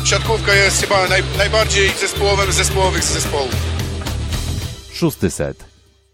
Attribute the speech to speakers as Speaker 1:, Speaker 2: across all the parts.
Speaker 1: siatkówka jest chyba najbardziej zespołowym z zespołowych zespołów.
Speaker 2: 6. set.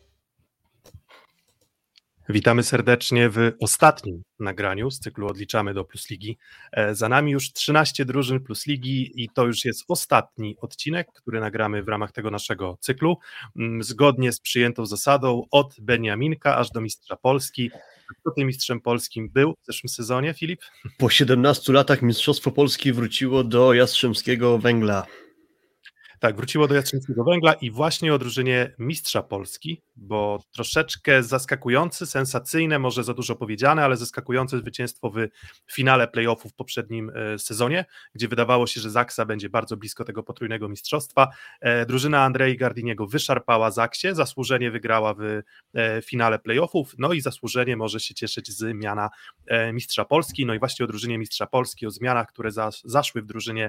Speaker 3: Witamy serdecznie w ostatnim nagraniu z cyklu Odliczamy do Plus Ligi. Za nami już 13 drużyn Plus Ligi i to już jest ostatni odcinek, który nagramy w ramach tego naszego cyklu. Zgodnie z przyjętą zasadą od Beniaminka aż do mistrza Polski. Kto tym mistrzem polskim był w zeszłym sezonie, Filip?
Speaker 4: Po 17 latach Mistrzostwo Polski wróciło do Jastrzębskiego Węgla.
Speaker 3: Tak, wróciło do Jastrzębskiego Węgla i właśnie o drużynie mistrza Polski, bo troszeczkę zaskakujący, sensacyjne, może za dużo powiedziane, ale zaskakujące zwycięstwo w finale playoffów w poprzednim sezonie, gdzie wydawało się, że Zaksa będzie bardzo blisko tego potrójnego mistrzostwa. Drużyna Andrei Gardiniego wyszarpała Zaksię, zasłużenie wygrała w finale playoffów, no i zasłużenie może się cieszyć z miana mistrza Polski. No i właśnie o drużynie mistrza Polski, o zmianach, które zaszły w drużynie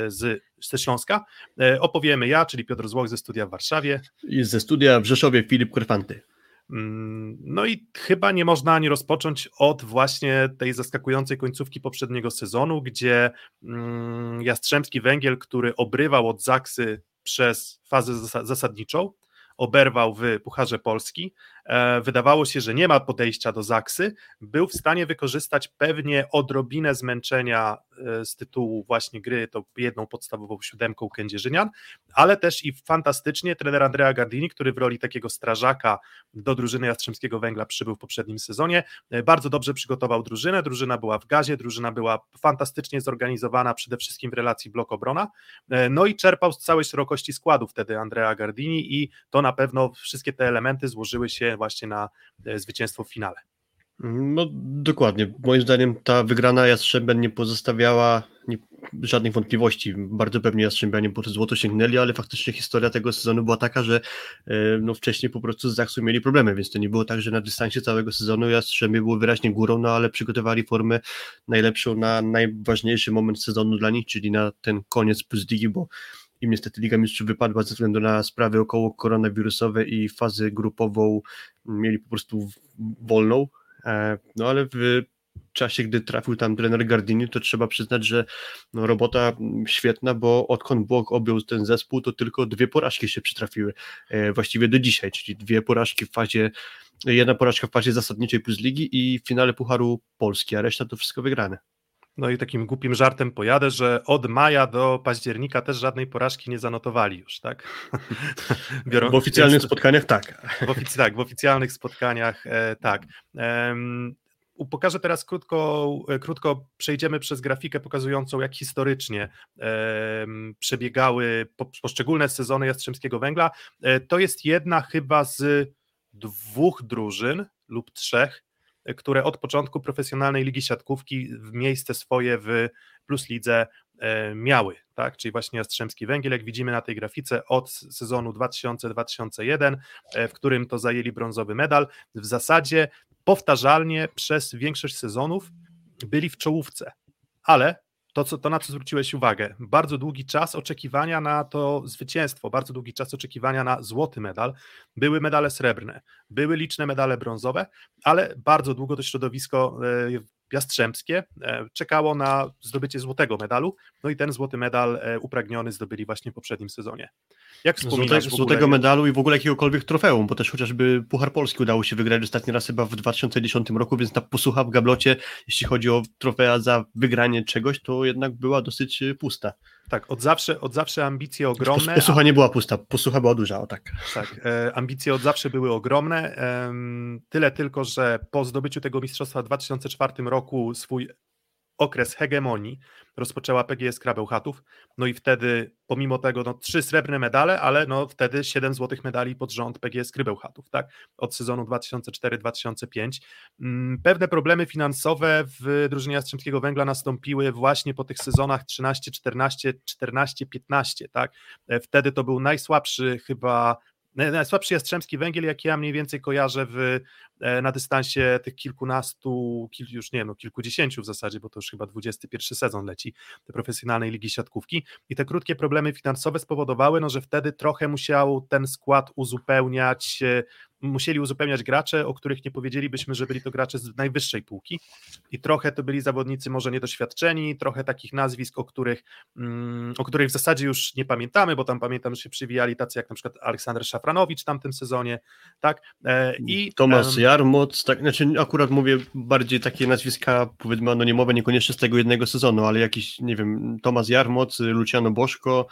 Speaker 3: ze Śląska, opowiemy ja, czyli Piotr Złoch ze studia w Warszawie.
Speaker 4: I ze studia w Rzeszowie Filip Korfanty.
Speaker 3: No i chyba nie można nie rozpocząć od właśnie tej zaskakującej końcówki poprzedniego sezonu, gdzie Jastrzębski Węgiel, który obrywał od Zaksy przez fazę zasadniczą, oberwał w Pucharze Polski, wydawało się, że nie ma podejścia do Zaksy, był w stanie wykorzystać pewnie odrobinę zmęczenia z tytułu właśnie gry, tą jedną podstawową siódemką Kędzierzynian, ale też i fantastycznie trener Andrea Gardini, który w roli takiego strażaka do drużyny Jastrzębskiego Węgla przybył w poprzednim sezonie, bardzo dobrze przygotował drużynę, drużyna była w gazie, drużyna była fantastycznie zorganizowana przede wszystkim w relacji blok-obrona, no i czerpał z całej szerokości składu wtedy Andrea Gardini i to na pewno wszystkie te elementy złożyły się właśnie na zwycięstwo w finale.
Speaker 4: No dokładnie, moim zdaniem ta wygrana Jastrzębian nie pozostawiała żadnych wątpliwości, bardzo pewnie Jastrzębianie po to złoto sięgnęli, ale faktycznie historia tego sezonu była taka, że no wcześniej po prostu z Zaksą mieli problemy, więc to nie było tak, że na dystansie całego sezonu Jastrzębie były wyraźnie górą, no ale przygotowali formę najlepszą na najważniejszy moment sezonu dla nich, czyli na ten koniec Plus Ligi, bo im niestety Liga Mistrzów wypadła ze względu na sprawy około koronawirusowe i fazę grupową mieli po prostu wolną, no ale w czasie, gdy trafił tam trener Gardini, to trzeba przyznać, że no, robota świetna, bo odkąd Błoch objął ten zespół, to tylko 2 porażki się przytrafiły, właściwie do dzisiaj, czyli 2 porażki w fazie, 1 porażka w fazie zasadniczej Plus Ligi i w finale Pucharu Polski, a reszta to wszystko wygrane.
Speaker 3: No i takim głupim żartem pojadę, że od maja do października też żadnej porażki nie zanotowali już, tak?
Speaker 4: W oficjalnych spotkaniach tak.
Speaker 3: W oficjalnych spotkaniach tak. Pokażę teraz krótko przejdziemy przez grafikę pokazującą, jak historycznie przebiegały poszczególne sezony Jastrzębskiego Węgla. To jest jedna chyba z 2 drużyn lub 3, które od początku profesjonalnej ligi siatkówki miejsce swoje w Plus Lidze miały, tak? Czyli właśnie Jastrzębski Węgiel, jak widzimy na tej grafice, od sezonu 2000-2001, w którym to zajęli brązowy medal, w zasadzie powtarzalnie przez większość sezonów byli w czołówce, ale to na co zwróciłeś uwagę, bardzo długi czas oczekiwania na to zwycięstwo, bardzo długi czas oczekiwania na złoty medal, były medale srebrne, były liczne medale brązowe, ale bardzo długo to środowisko jastrzębskie czekało na zdobycie złotego medalu, no i ten złoty medal upragniony zdobyli właśnie w poprzednim sezonie. Jak wspominasz
Speaker 4: złotego medalu i w ogóle jakiegokolwiek trofeum, bo też chociażby Puchar Polski udało się wygrać ostatni raz chyba w 2010 roku, więc ta posłucha w gablocie, jeśli chodzi o trofea za wygranie czegoś, to jednak była dosyć pusta.
Speaker 3: Tak, od zawsze ambicje ogromne.
Speaker 4: Posłucha nie była pusta, posłucha była duża, o tak.
Speaker 3: Tak, ambicje od zawsze były ogromne, tyle tylko, że po zdobyciu tego mistrzostwa w 2004 roku swój okres hegemonii rozpoczęła PGS Krabełchatów, no i wtedy pomimo tego 3 srebrne medale, ale wtedy 7 złotych medali pod rząd PGS Krabełchatów, tak, od sezonu 2004-2005. Pewne problemy finansowe w drużynie Jastrzębskiego Węgla nastąpiły właśnie po tych sezonach 13-14, 14-15, tak, wtedy to był najsłabszy Jastrzębski Węgiel, jaki ja mniej więcej kojarzę na dystansie tych kilkudziesięciu w zasadzie, bo to już chyba 21 sezon leci tej profesjonalnej ligi siatkówki i te krótkie problemy finansowe spowodowały, że wtedy trochę musiał ten skład uzupełniać musieli uzupełniać gracze, o których nie powiedzielibyśmy, że byli to gracze z najwyższej półki i trochę to byli zawodnicy może niedoświadczeni, trochę takich nazwisk, o których w zasadzie już nie pamiętamy, bo tam pamiętam, że się przywijali tacy jak na przykład Aleksander Szafranowicz w tamtym sezonie, tak? I
Speaker 4: Tomasz Jarmoc, tak, znaczy akurat mówię bardziej takie nazwiska, powiedzmy anonimowe, niekoniecznie z tego jednego sezonu, ale jakiś, nie wiem, Tomasz Jarmoc, Luciano Boszko,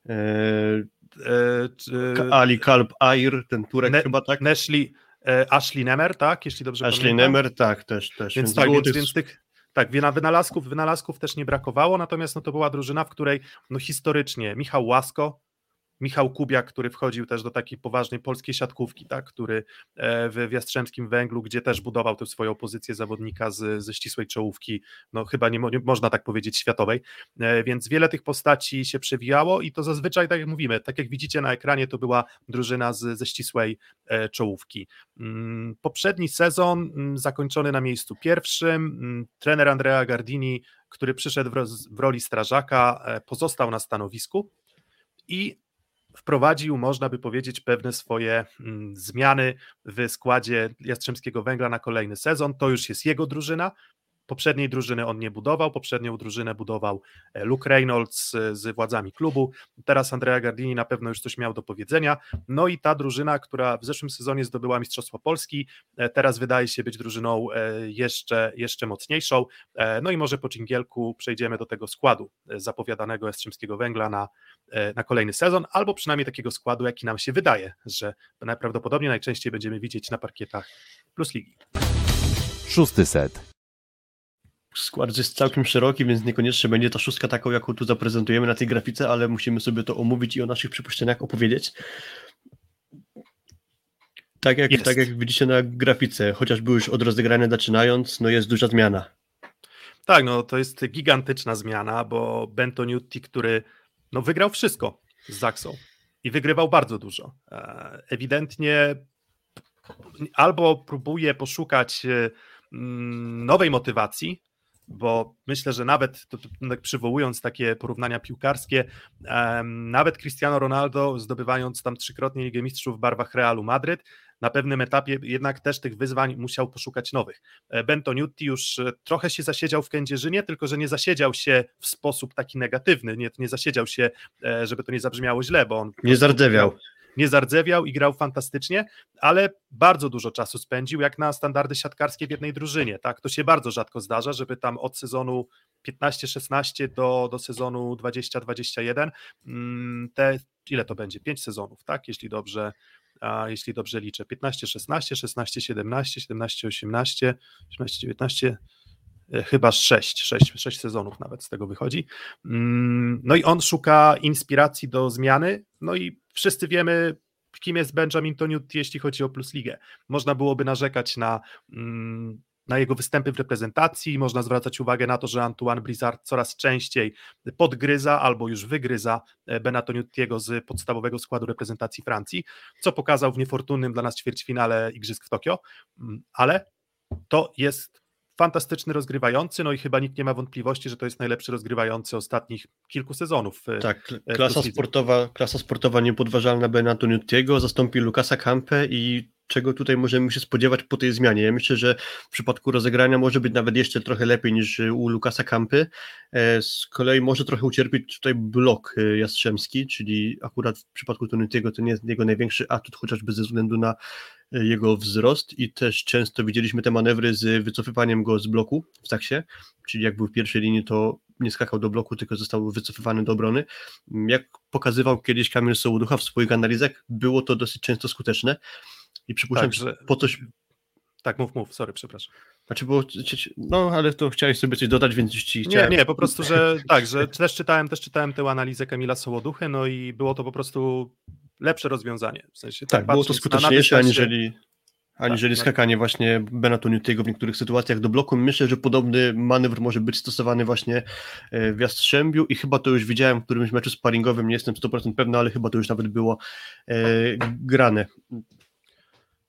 Speaker 4: Ali Kalb Air, ten Turek chyba, tak?
Speaker 3: Ashley Nemer, tak? Jeśli dobrze pamiętam.
Speaker 4: Ashley Nemer, tak, też.
Speaker 3: Więc tych wynalazków też nie brakowało, natomiast no, to była drużyna, w której no, historycznie Michał Łasko, Michał Kubiak, który wchodził też do takiej poważnej polskiej siatkówki, tak, który w Jastrzębskim Węglu, gdzie też budował tę swoją pozycję zawodnika ze ścisłej czołówki, no chyba nie można tak powiedzieć światowej, więc wiele tych postaci się przewijało i to zazwyczaj, tak jak mówimy, tak jak widzicie na ekranie, to była drużyna ze ścisłej czołówki. Poprzedni sezon zakończony na miejscu pierwszym, trener Andrea Gardini, który przyszedł w roli strażaka, pozostał na stanowisku i wprowadził, można by powiedzieć, pewne swoje zmiany w składzie Jastrzębskiego Węgla na kolejny sezon. To już jest jego drużyna. Poprzedniej drużyny on nie budował, poprzednią drużynę budował Luke Reynolds z władzami klubu. Teraz Andrea Gardini na pewno już coś miał do powiedzenia. No i ta drużyna, która w zeszłym sezonie zdobyła Mistrzostwo Polski, teraz wydaje się być drużyną jeszcze mocniejszą. No i może po dżingielku przejdziemy do tego składu zapowiadanego Jastrzębskiego Węgla na kolejny sezon, albo przynajmniej takiego składu, jaki nam się wydaje, że najprawdopodobniej najczęściej będziemy widzieć na parkietach Plus Ligi.
Speaker 2: 6. set.
Speaker 4: Skład jest całkiem szeroki, więc niekoniecznie będzie ta szóstka taką, jaką tu zaprezentujemy na tej grafice, ale musimy sobie to omówić i o naszych przypuszczeniach opowiedzieć. Tak jak widzicie na grafice, chociażby już od rozegrania zaczynając, no jest duża zmiana.
Speaker 3: Tak, no to jest gigantyczna zmiana, bo Bentoniutti, który no wygrał wszystko z Zaksą i wygrywał bardzo dużo. Ewidentnie albo próbuje poszukać nowej motywacji, bo myślę, że nawet przywołując takie porównania piłkarskie, nawet Cristiano Ronaldo, zdobywając tam 3-krotnie Ligę Mistrzów w barwach Realu Madryt, na pewnym etapie jednak też tych wyzwań musiał poszukać nowych. Bentoniutti już trochę się zasiedział w Kędzierzynie, tylko że nie zasiedział się w sposób taki negatywny, nie zasiedział się, żeby to nie zabrzmiało źle, bo on nie zardzewiał i grał fantastycznie, ale bardzo dużo czasu spędził jak na standardy siatkarskie w jednej drużynie. Tak? To się bardzo rzadko zdarza, żeby tam od sezonu 15-16 do sezonu 20-21 ile to będzie? 5 sezonów, tak? Jeśli dobrze liczę. 15-16, 16-17, 17-18, 18-19, chyba 6 sezonów nawet z tego wychodzi. No i on szuka inspiracji do zmiany, no i wszyscy wiemy, kim jest Benjamin Toniutti, jeśli chodzi o Plus Ligę. Można byłoby narzekać na jego występy w reprezentacji, można zwracać uwagę na to, że Antoine Brizard coraz częściej podgryza albo już wygryza Bena Toniuttiego z podstawowego składu reprezentacji Francji, co pokazał w niefortunnym dla nas ćwierćfinale Igrzysk w Tokio, ale to jest fantastyczny rozgrywający, no i chyba nikt nie ma wątpliwości, że to jest najlepszy rozgrywający ostatnich kilku sezonów.
Speaker 4: Tak, klasa sportowa niepodważalna Bena Toniuttiego, zastąpi Lukasa Kampę i czego tutaj możemy się spodziewać po tej zmianie. Ja myślę, że w przypadku rozegrania może być nawet jeszcze trochę lepiej niż u Lukasa Kampy. Z kolei może trochę ucierpieć tutaj blok jastrzębski, czyli akurat w przypadku Toniuttiego to nie jest jego największy atut, chociażby ze względu na jego wzrost i też często widzieliśmy te manewry z wycofywaniem go z bloku w Zaksie, czyli jak był w pierwszej linii, to nie skakał do bloku, tylko został wycofywany do obrony. Jak pokazywał kiedyś Kamil Sołoducha w swoich analizach, było to dosyć często skuteczne i przypuszczam, że po coś...
Speaker 3: Tak, mów, sorry, przepraszam.
Speaker 4: Znaczy było, no ale to chciałeś sobie coś dodać, więc już ci chciałem...
Speaker 3: Nie, po prostu, że tak, że też czytałem tę analizę Kamila Sołoduchy, no i było to po prostu lepsze rozwiązanie. W sensie,
Speaker 4: tak, było to skuteczniejsze aniżeli skakanie właśnie Bena Toniuttiego w niektórych sytuacjach do bloku. Myślę, że podobny manewr może być stosowany właśnie w Jastrzębiu i chyba to już widziałem w którymś meczu sparingowym, nie jestem 100% pewny, ale chyba to już nawet było grane.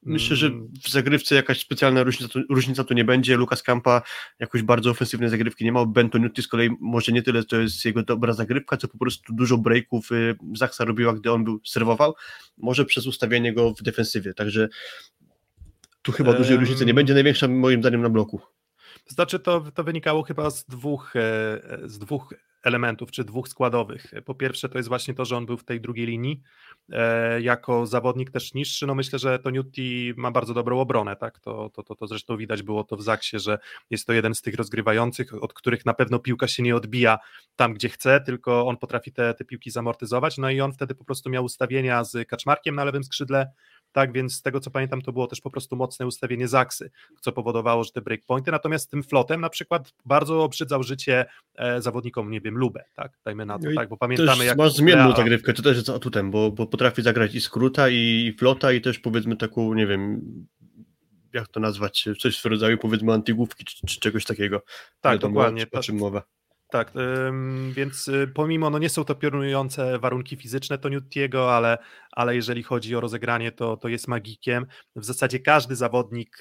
Speaker 4: Myślę, że w zagrywce jakaś specjalna różnica tu nie będzie. Lukas Kampa jakoś bardzo ofensywnej zagrywki nie ma. Ben Tonuti z kolei może nie tyle to jest jego dobra zagrywka, co po prostu dużo breaków Zaksa robiła, gdy on serwował, może przez ustawienie go w defensywie. Także tu chyba dużej różnicy nie będzie. Największa moim zdaniem na bloku.
Speaker 3: To znaczy to wynikało chyba z dwóch elementów, czy dwóch składowych. Po pierwsze to jest właśnie to, że on był w tej drugiej linii, jako zawodnik też niższy, no myślę, że Tonuti ma bardzo dobrą obronę, tak, to zresztą widać było to w Zaksie, że jest to jeden z tych rozgrywających, od których na pewno piłka się nie odbija tam, gdzie chce, tylko on potrafi te piłki zamortyzować, no i on wtedy po prostu miał ustawienia z Kaczmarkiem na lewym skrzydle, tak, więc z tego co pamiętam to było też po prostu mocne ustawienie Zaksy, co powodowało, że te breakpointy, natomiast tym flotem na przykład bardzo obrzydzał życie zawodnikom, nie wiem, Lubę, tak, dajmy na to,
Speaker 4: No
Speaker 3: tak, bo pamiętamy jak...
Speaker 4: masz zmienną zagrywkę, to też jest atutem, bo potrafi zagrać i skróta, i flota, i też powiedzmy taką, nie wiem, jak to nazwać, coś w rodzaju powiedzmy antygłówki, czy czegoś takiego.
Speaker 3: Tak, dokładnie.
Speaker 4: O czym mowa.
Speaker 3: Tak, więc pomimo, no nie są to piorunujące warunki fizyczne Tonutiego, ale jeżeli chodzi o rozegranie, to jest magikiem. W zasadzie każdy zawodnik,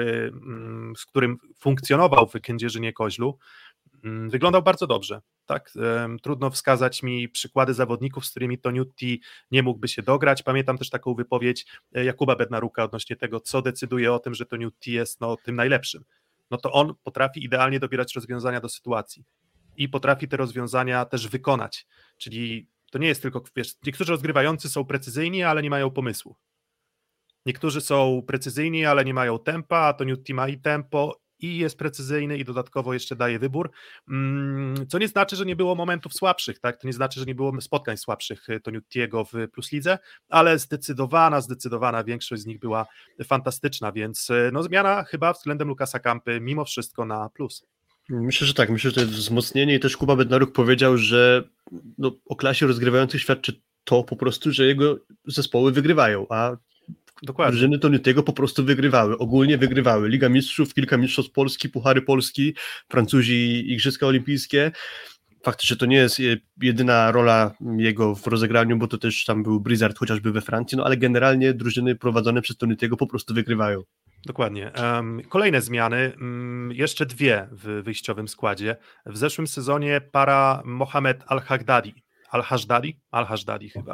Speaker 3: z którym funkcjonował w Kędzierzynie-Koźlu, wyglądał bardzo dobrze. Tak? Trudno wskazać mi przykłady zawodników, z którymi Tonuti nie mógłby się dograć. Pamiętam też taką wypowiedź Jakuba Bednaruka odnośnie tego, co decyduje o tym, że Tonuti jest tym najlepszym. No to on potrafi idealnie dobierać rozwiązania do sytuacji i potrafi te rozwiązania też wykonać. Czyli to nie jest tylko, niektórzy rozgrywający są precyzyjni, ale nie mają pomysłu. Niektórzy są precyzyjni, ale nie mają tempa, a Tonuti ma i tempo, i jest precyzyjny, i dodatkowo jeszcze daje wybór, co nie znaczy, że nie było momentów słabszych, tak? To nie znaczy, że nie było spotkań słabszych Tonutiego w Plus Lidze, ale zdecydowana większość z nich była fantastyczna, więc no zmiana chyba względem Lukasa Kampy mimo wszystko na plus.
Speaker 4: Myślę, że tak. Myślę, że to jest wzmocnienie i też Kuba Bednaruk powiedział, że o klasie rozgrywających świadczy to po prostu, że jego zespoły wygrywają, a
Speaker 3: dokładnie.
Speaker 4: Drużyny Tonutiego po prostu wygrywały, ogólnie wygrywały. Liga Mistrzów, kilka mistrzostw Polski, Puchary Polski, Francuzi, Igrzyska Olimpijskie. Faktycznie to nie jest jedyna rola jego w rozegraniu, bo to też tam był Blizzard chociażby we Francji, no ale generalnie drużyny prowadzone przez Tonutiego po prostu wygrywają. Dokładnie.
Speaker 3: Kolejne zmiany, jeszcze dwie w wyjściowym składzie. W zeszłym sezonie para Mohamed Al-Hashdadi chyba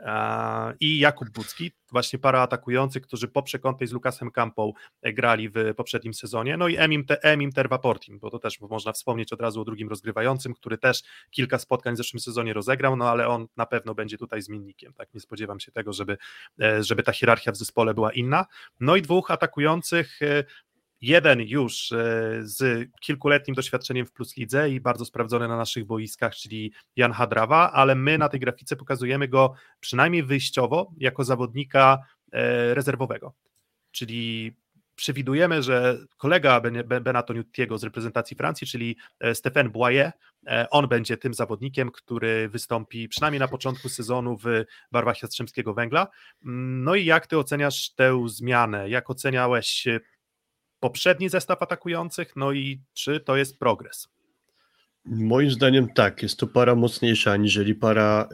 Speaker 3: i Jakub Bucki, właśnie para atakujących, którzy po przekątnej z Lukasem Kampą grali w poprzednim sezonie, no i Emim Tervaportim, bo to też można wspomnieć od razu o drugim rozgrywającym, który też kilka spotkań w zeszłym sezonie rozegrał, no ale on na pewno będzie tutaj zmiennikiem, tak, nie spodziewam się tego, żeby ta hierarchia w zespole była inna, no i dwóch atakujących, jeden już z kilkuletnim doświadczeniem w Plus Lidze i bardzo sprawdzony na naszych boiskach, czyli Jan Hadrawa, ale my na tej grafice pokazujemy go przynajmniej wyjściowo jako zawodnika rezerwowego, czyli przewidujemy, że kolega Bena Tonutiego z reprezentacji Francji, czyli Stéphane Boyer, on będzie tym zawodnikiem, który wystąpi przynajmniej na początku sezonu w barwach Jastrzębskiego Węgla. No i jak ty oceniasz tę zmianę? Jak oceniałeś poprzedni zestaw atakujących, no i czy to jest progres?
Speaker 4: Moim zdaniem tak, jest to para mocniejsza aniżeli para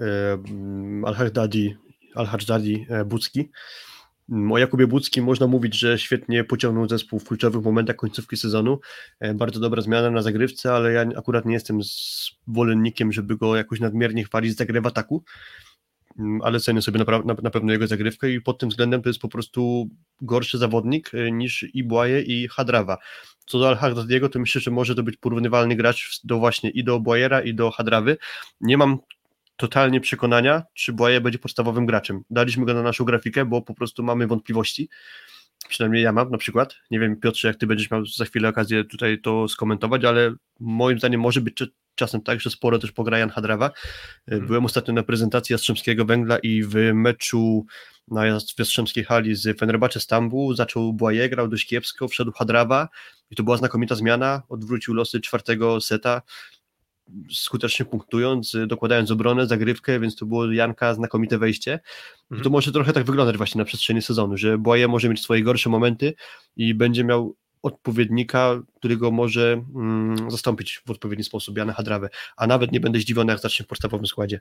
Speaker 4: Al-Hashdadi Bucki. O Jakubie Buckim można mówić, że świetnie pociągnął zespół w kluczowych momentach końcówki sezonu. Bardzo dobra zmiana na zagrywce, ale ja akurat nie jestem zwolennikiem, żeby go jakoś nadmiernie chwalić za grę w ataku, ale cenię sobie na pewno jego zagrywkę i pod tym względem to jest po prostu gorszy zawodnik niż i Boye i Hadrawa. Co do Al-Hashdadiego, to myślę, że może to być porównywalny gracz i do Boyera i do Hadrawy. Nie mam totalnie przekonania, czy Boye będzie podstawowym graczem. Daliśmy go na naszą grafikę, bo po prostu mamy wątpliwości. Przynajmniej ja mam na przykład. Nie wiem, Piotrze, jak ty będziesz miał za chwilę okazję tutaj to skomentować, ale moim zdaniem może być czasem tak, że sporo też pogra Jan Hadrawa. Byłem ostatnio na prezentacji Jastrzębskiego Węgla i w meczu na Jastrzębskiej hali z Fenerbahce Stambuł zaczął Boye, grał dość kiepsko, wszedł Hadrawa i to była znakomita zmiana, odwrócił losy czwartego seta, skutecznie punktując, dokładając obronę, zagrywkę, więc to było Janka znakomite wejście. I to może trochę tak wyglądać właśnie na przestrzeni sezonu, że Boye może mieć swoje gorsze momenty i będzie miał odpowiednika, którego może zastąpić w odpowiedni sposób Jana Hadrawę, a nawet nie będę zdziwiony, jak zacznie w podstawowym składzie.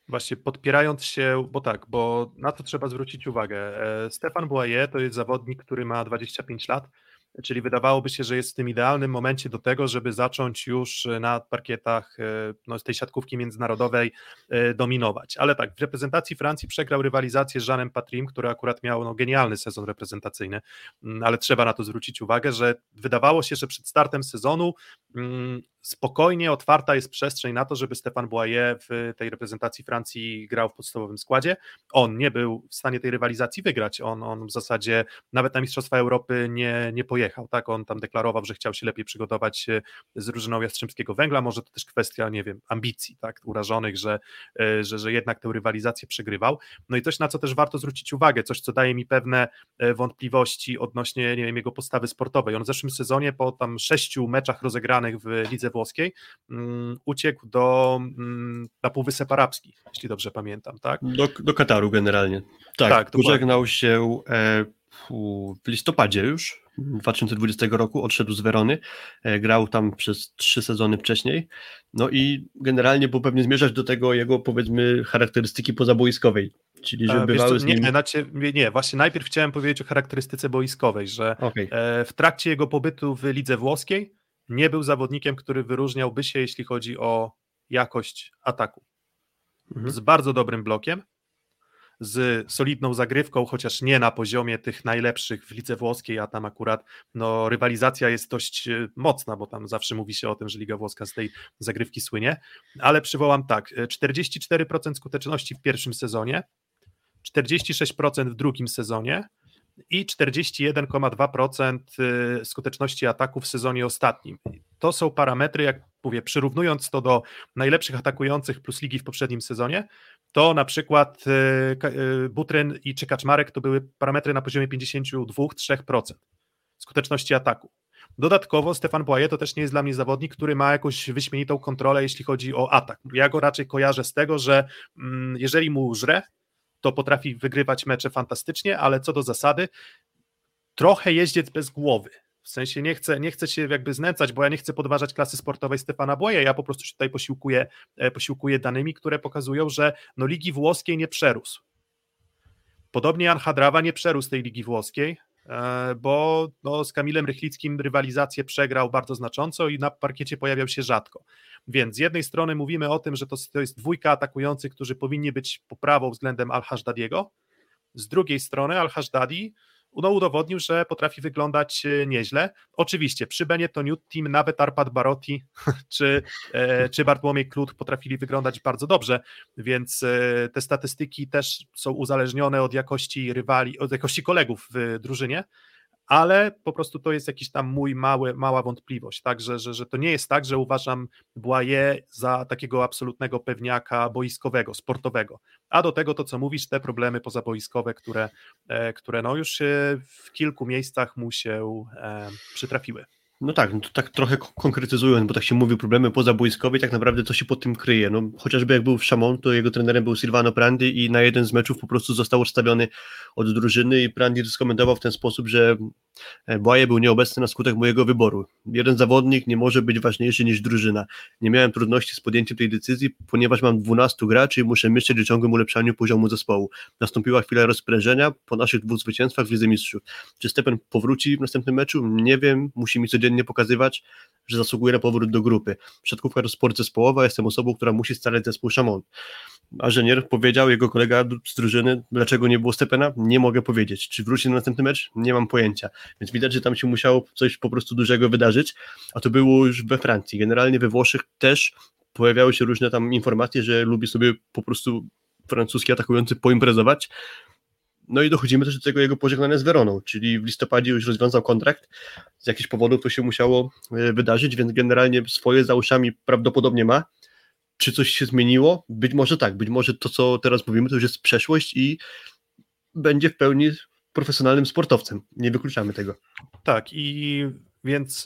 Speaker 3: Właśnie podpierając się, bo na to trzeba zwrócić uwagę. Stefan Boyer to jest zawodnik, który ma 25 lat, czyli wydawałoby się, że jest w tym idealnym momencie do tego, żeby zacząć już na parkietach z tej siatkówki międzynarodowej dominować. Ale tak, w reprezentacji Francji przegrał rywalizację z Jeanem Patrim, który akurat miał genialny sezon reprezentacyjny, ale trzeba na to zwrócić uwagę, że wydawało się, że przed startem sezonu spokojnie otwarta jest przestrzeń na to, żeby Stefan Boyer w tej reprezentacji Francji grał w podstawowym składzie. On nie był w stanie tej rywalizacji wygrać, on w zasadzie nawet na Mistrzostwa Europy nie pojechał, tak, on tam deklarował, że chciał się lepiej przygotować z drużyną Jastrzębskiego Węgla, może to też kwestia, nie wiem, ambicji, tak, urażonych, że jednak tę rywalizację przegrywał. No i coś, na co też warto zwrócić uwagę, coś, co daje mi pewne wątpliwości odnośnie, nie wiem, jego postawy sportowej. On w zeszłym sezonie po tam 6 meczach rozegranych w lidze włoskiej uciekł na Półwysep Arabski, jeśli dobrze pamiętam, tak?
Speaker 4: Do Kataru generalnie. Tak, pożegnał się w listopadzie już 2020 roku, odszedł z Werony, grał tam przez 3 sezony wcześniej, no i generalnie, bo pewnie zmierzasz do tego jego, powiedzmy, charakterystyki pozaboiskowej, czyli że bywały z nim...
Speaker 3: Nie, właśnie najpierw chciałem powiedzieć o charakterystyce boiskowej, że w trakcie jego pobytu w lidze włoskiej nie był zawodnikiem, który wyróżniałby się, jeśli chodzi o jakość ataku. Z bardzo dobrym blokiem, z solidną zagrywką, chociaż nie na poziomie tych najlepszych w lidze włoskiej, a tam akurat rywalizacja jest dość mocna, bo tam zawsze mówi się o tym, że Liga Włoska z tej zagrywki słynie, ale przywołam tak, 44% skuteczności w pierwszym sezonie, 46% w drugim sezonie i 41,2% skuteczności ataku w sezonie ostatnim. To są parametry, jak mówię, przyrównując to do najlepszych atakujących plus ligi w poprzednim sezonie, to na przykład Butryn i Kaczmarek to były parametry na poziomie 52-3% skuteczności ataku. Dodatkowo Stefan Boyer to też nie jest dla mnie zawodnik, który ma jakąś wyśmienitą kontrolę, jeśli chodzi o atak. Ja go raczej kojarzę z tego, że jeżeli mu żre, to potrafi wygrywać mecze fantastycznie, ale co do zasady, trochę jeździec bez głowy. W sensie nie chcę się jakby znęcać, bo ja nie chcę podważać klasy sportowej Stefana Boya, ja po prostu się tutaj posiłkuję danymi, które pokazują, że ligi włoskiej nie przerósł. Podobnie Jan Hadrawa nie przerósł tej ligi włoskiej, bo z Kamilem Rychlickim rywalizację przegrał bardzo znacząco i na parkiecie pojawiał się rzadko. Więc z jednej strony mówimy o tym, że to jest dwójka atakujących, którzy powinni być poprawą względem Al-Hashdadiego, z drugiej strony Al-Hashdadi udowodnił, że potrafi wyglądać nieźle. Oczywiście przy Benetton-Team nawet Arpad Barotti czy Bartłomiej Klut potrafili wyglądać bardzo dobrze, więc te statystyki też są uzależnione od jakości rywali, od jakości kolegów w drużynie, ale po prostu to jest jakiś tam mała wątpliwość, tak, że to nie jest tak, że uważam Boyer za takiego absolutnego pewniaka boiskowego, sportowego, a do tego to, co mówisz, te problemy pozaboiskowe, które już w kilku miejscach mu się przytrafiły.
Speaker 4: No tak, to tak trochę konkretyzując, bo tak się mówi problemy pozaboiskowe i tak naprawdę co się pod tym kryje. No chociażby jak był w Chaumont, to jego trenerem był Silvano Prandi i na jeden z meczów po prostu został odstawiony od drużyny i Prandi skomentował w ten sposób, że Boyer był nieobecny na skutek mojego wyboru. Jeden zawodnik nie może być ważniejszy niż drużyna. Nie miałem trudności z podjęciem tej decyzji, ponieważ mam 12 graczy i muszę myśleć o ciągłym ulepszaniu poziomu zespołu. Nastąpiła chwila rozprężenia po naszych 2 zwycięstwach w Lidze Mistrzów. Czy Stepan powróci w następnym meczu? Nie wiem, musi mi codziennie pokazywać, że zasługuje na powrót do grupy. Siatkówka to sport zespołowa, jestem osobą, która musi starać zespół Chaumont. A Żenier powiedział, jego kolega z drużyny, dlaczego nie było Stepana? Nie mogę powiedzieć. Czy wróci na następny mecz? Nie mam pojęcia. Więc widać, że tam się musiało coś po prostu dużego wydarzyć, a to było już we Francji. Generalnie we Włoszech też pojawiały się różne tam informacje, że lubi sobie po prostu francuski atakujący poimprezować. No i dochodzimy też do tego jego pożegnania z Weroną, czyli w listopadzie już rozwiązał kontrakt. Z jakichś powodów to się musiało wydarzyć, więc generalnie swoje za uszami prawdopodobnie ma. Czy coś się zmieniło? Być może tak, być może to, co teraz mówimy, to już jest przeszłość i będzie w pełni profesjonalnym sportowcem. Nie wykluczamy tego.
Speaker 3: Tak, i więc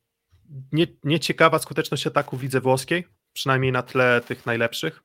Speaker 3: nieciekawa skuteczność ataku w lidze włoskiej, przynajmniej na tle tych najlepszych.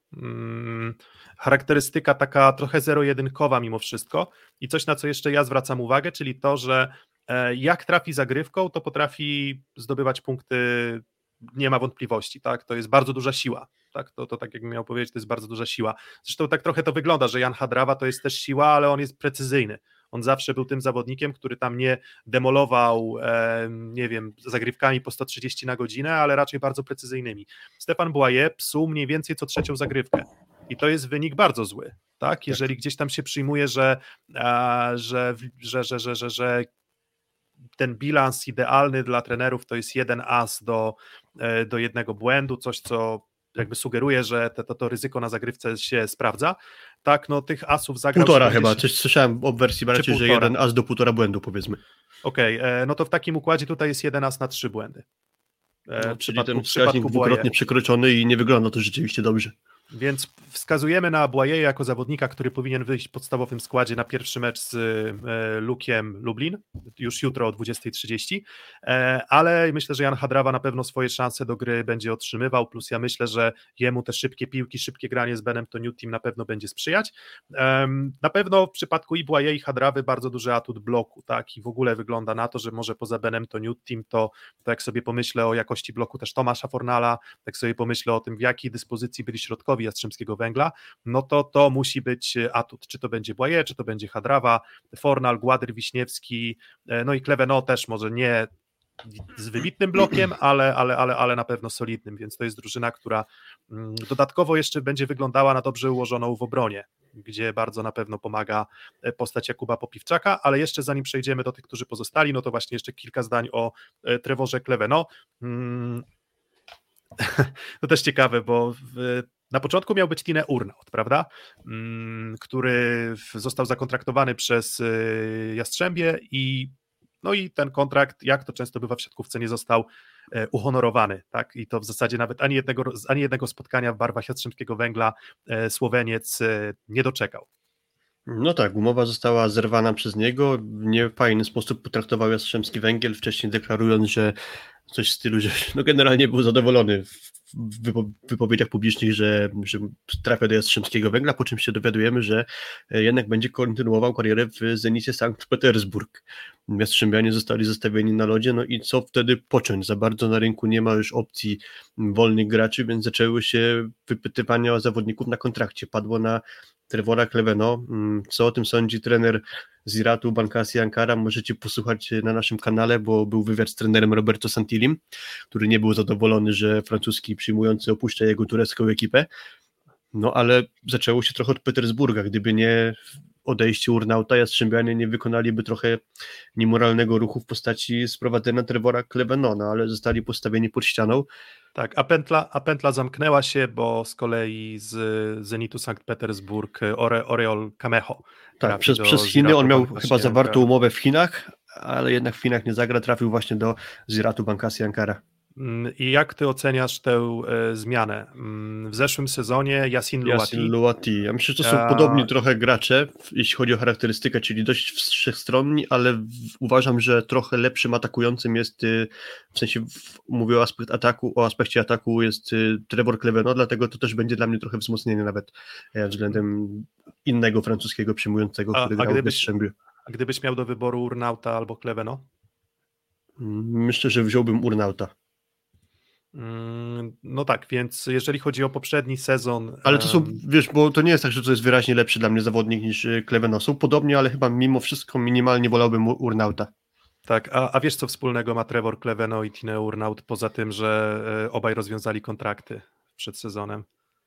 Speaker 3: Charakterystyka taka trochę zero-jedynkowa mimo wszystko i coś, na co jeszcze ja zwracam uwagę, czyli to, że jak trafi zagrywką, to potrafi zdobywać punkty, nie ma wątpliwości, tak? To jest bardzo duża siła. Tak, to tak jakbym miał powiedzieć, to jest bardzo duża siła. Zresztą tak trochę to wygląda, że Jan Hadrawa to jest też siła, ale on jest precyzyjny. On zawsze był tym zawodnikiem, który tam nie demolował, nie wiem, zagrywkami po 130 na godzinę, ale raczej bardzo precyzyjnymi. Stefan Boyer psuł mniej więcej co trzecią zagrywkę. I to jest wynik bardzo zły, tak? Jeżeli gdzieś tam się przyjmuje, że ten bilans idealny dla trenerów to jest 1 as do 1 błędu, coś co jakby sugeruje, że to ryzyko na zagrywce się sprawdza. Tak, no tych asów zagrał...
Speaker 4: 1,5 chyba, coś słyszałem o wersji bardziej, że 1 as do 1,5 błędu powiedzmy.
Speaker 3: Okej, no to w takim układzie tutaj jest 1 as na 3 błędy.
Speaker 4: Czyli ten wskaźnik dwukrotnie przekroczony i nie wygląda to rzeczywiście dobrze.
Speaker 3: Więc wskazujemy na Boyer jako zawodnika, który powinien wyjść w podstawowym składzie na pierwszy mecz z Lukiem Lublin, już jutro o 20:30, ale myślę, że Jan Hadrawa na pewno swoje szanse do gry będzie otrzymywał, plus ja myślę, że jemu te szybkie piłki, szybkie granie z Benem to New Team na pewno będzie sprzyjać. Na pewno w przypadku i Boyer i Hadrawy bardzo duży atut bloku, tak, i w ogóle wygląda na to, że może poza Benem to New Team, to jak sobie pomyślę o jakości bloku też Tomasza Fornala, jak sobie pomyślę o tym, w jakiej dyspozycji byli środkowi Jastrzębskiego Węgla, no to musi być atut, czy to będzie Boyer, czy to będzie Hadrawa, Fornal, Gładyr, Wiśniewski, no i Kleveno też może nie z wybitnym blokiem, ale na pewno solidnym, więc to jest drużyna, która dodatkowo jeszcze będzie wyglądała na dobrze ułożoną w obronie, gdzie bardzo na pewno pomaga postać Jakuba Popiwczaka, ale jeszcze zanim przejdziemy do tych, którzy pozostali, no to właśnie jeszcze kilka zdań o Trevorze Kleveno. To też ciekawe, bo na początku miał być Tine Urnaut, prawda? Który został zakontraktowany przez Jastrzębie i ten kontrakt, jak to często bywa w siatkówce, nie został uhonorowany, tak? I to w zasadzie nawet ani jednego spotkania w barwach Jastrzębskiego Węgla Słoweniec nie doczekał.
Speaker 4: No tak, umowa została zerwana przez niego, w niefajny sposób potraktował Jastrzębski Węgiel, wcześniej deklarując, że coś w stylu, że generalnie był zadowolony w wypowiedziach publicznych, że trafia do Jastrzębskiego Węgla, po czym się dowiadujemy, że jednak będzie kontynuował karierę w Zenicie Sankt Petersburg. Jastrzębianie zostali zostawieni na lodzie, no i co wtedy począć? Za bardzo na rynku nie ma już opcji wolnych graczy, więc zaczęły się wypytywania o zawodników na kontrakcie. Padło na Trevora Kleveno. Co o tym sądzi trener Ziratu Bankasi Ankara? Możecie posłuchać na naszym kanale, bo był wywiad z trenerem Roberto Santillim, który nie był zadowolony, że francuski przyjmujący opuszcza jego turecką ekipę. No ale zaczęło się trochę od Petersburga. Gdyby nie odejście Urnauta, Jastrzębianie nie wykonaliby trochę niemoralnego ruchu w postaci sprowadzenia Trevora Kleveno, no ale zostali postawieni pod ścianą.
Speaker 3: Tak, a pętla zamknęła się, bo z kolei z Zenitu Sankt Petersburg Oriol Kamejo.
Speaker 4: Tak, przez Chiny on miał chyba zawartą umowę w Chinach, ale jednak w Chinach nie zagra, trafił właśnie do Ziratu Bankasi Ankara.
Speaker 3: I jak ty oceniasz tę zmianę? W zeszłym sezonie Yassin Louati. Ja myślę, że to są podobni trochę gracze, jeśli chodzi o charakterystykę, czyli dość wszechstronni, ale uważam, że trochę lepszym atakującym jest, w sensie mówię o aspekcie ataku jest Trevor Kleveno, dlatego to też będzie dla mnie trochę wzmocnienie nawet względem innego francuskiego przyjmującego, który grał w Jastrzębiu. A gdybyś miał do wyboru Urnauta albo Kleveno?
Speaker 4: Myślę, że wziąłbym Urnauta.
Speaker 3: No tak, więc jeżeli chodzi o poprzedni sezon...
Speaker 4: Ale to są, wiesz, bo to nie jest tak, że to jest wyraźnie lepszy dla mnie zawodnik niż Kleveno. Są podobnie, ale chyba mimo wszystko minimalnie wolałbym Urnauta.
Speaker 3: Tak, a wiesz co wspólnego ma Trevor Kleveno i Tine Urnaut, poza tym, że obaj rozwiązali kontrakty przed sezonem?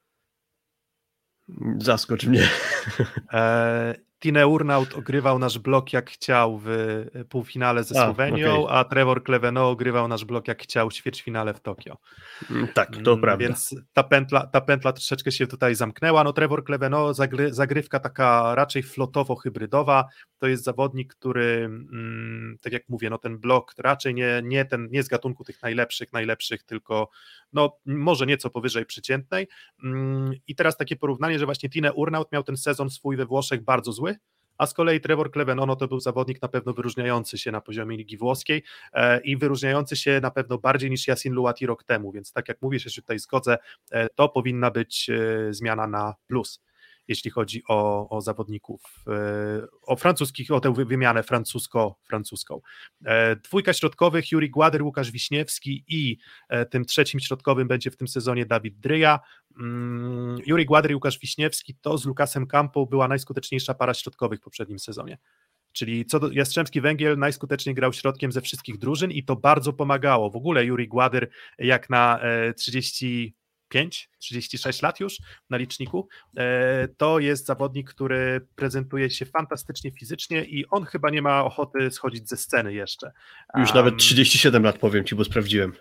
Speaker 4: Zaskocz mnie.
Speaker 3: Tine Urnaut ogrywał nasz blok jak chciał w półfinale ze Słowenią, a Trevor Kleveno ogrywał nasz blok jak chciał w ćwierćfinale w Tokio.
Speaker 4: Tak, to prawda.
Speaker 3: Więc ta pętla troszeczkę się tutaj zamknęła. No Trevor Kleveno, zagrywka taka raczej flotowo-hybrydowa, to jest zawodnik, który, tak jak mówię, no ten blok raczej nie z gatunku tych najlepszych, tylko no może nieco powyżej przeciętnej. I teraz takie porównanie, że właśnie Tine Urnaut miał ten sezon swój we Włoszech bardzo zły, a z kolei Trevor Kleveno, no to był zawodnik na pewno wyróżniający się na poziomie Ligi Włoskiej i wyróżniający się na pewno bardziej niż Yassin Louati rok temu, więc tak jak mówisz, ja się tutaj zgodzę, to powinna być zmiana na plus. jeśli chodzi o zawodników, o francuskich, o tę wymianę francuską. Dwójka środkowych, Juri Gładyr, Łukasz Wiśniewski i tym trzecim środkowym będzie w tym sezonie Dawid Dryja. Juri Gładyr i Łukasz Wiśniewski to z Lukasem Campą była najskuteczniejsza para środkowych w poprzednim sezonie. Czyli Jastrzębski Węgiel najskuteczniej grał środkiem ze wszystkich drużyn i to bardzo pomagało. W ogóle Juri Gładyr jak na 36 lat już na liczniku, to jest zawodnik, który prezentuje się fantastycznie fizycznie i on chyba nie ma ochoty schodzić ze sceny jeszcze.
Speaker 4: Już nawet 37 lat, powiem ci, bo sprawdziłem.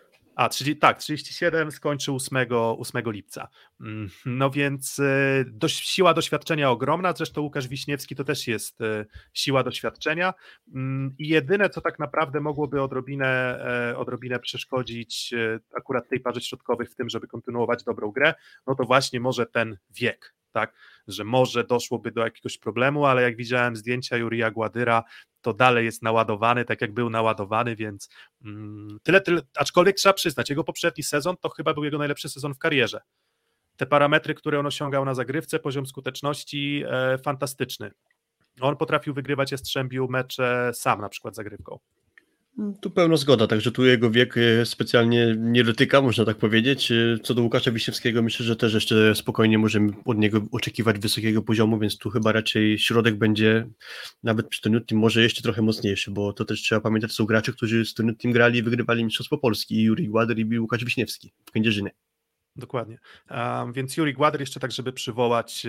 Speaker 3: 37, skończył 8 lipca. No więc siła doświadczenia ogromna, zresztą Łukasz Wiśniewski to też jest siła doświadczenia i jedyne, co tak naprawdę mogłoby odrobinę przeszkodzić akurat tej parze środkowych w tym, żeby kontynuować dobrą grę, no to właśnie może ten wiek, tak, że może doszłoby do jakiegoś problemu, ale jak widziałem zdjęcia Jurija Gładyra, to dalej jest naładowany, tak jak był naładowany, więc tyle, aczkolwiek trzeba przyznać, jego poprzedni sezon to chyba był jego najlepszy sezon w karierze. Te parametry, które on osiągał na zagrywce, poziom skuteczności fantastyczny. On potrafił wygrywać Jastrzębiu mecze sam na przykład zagrywką.
Speaker 4: Tu pełna zgoda, także tu jego wiek specjalnie nie dotyka, można tak powiedzieć. Co do Łukasza Wiśniewskiego, myślę, że też jeszcze spokojnie możemy od niego oczekiwać wysokiego poziomu, więc tu chyba raczej środek będzie nawet przy Team może jeszcze trochę mocniejszy, bo to też trzeba pamiętać, są gracze, którzy z Team grali i wygrywali Mistrzostwo Polski, i Juri Gładyr i Łukasz Wiśniewski w Kędzierzynie.
Speaker 3: Dokładnie, więc Juri Gładyr jeszcze tak, żeby przywołać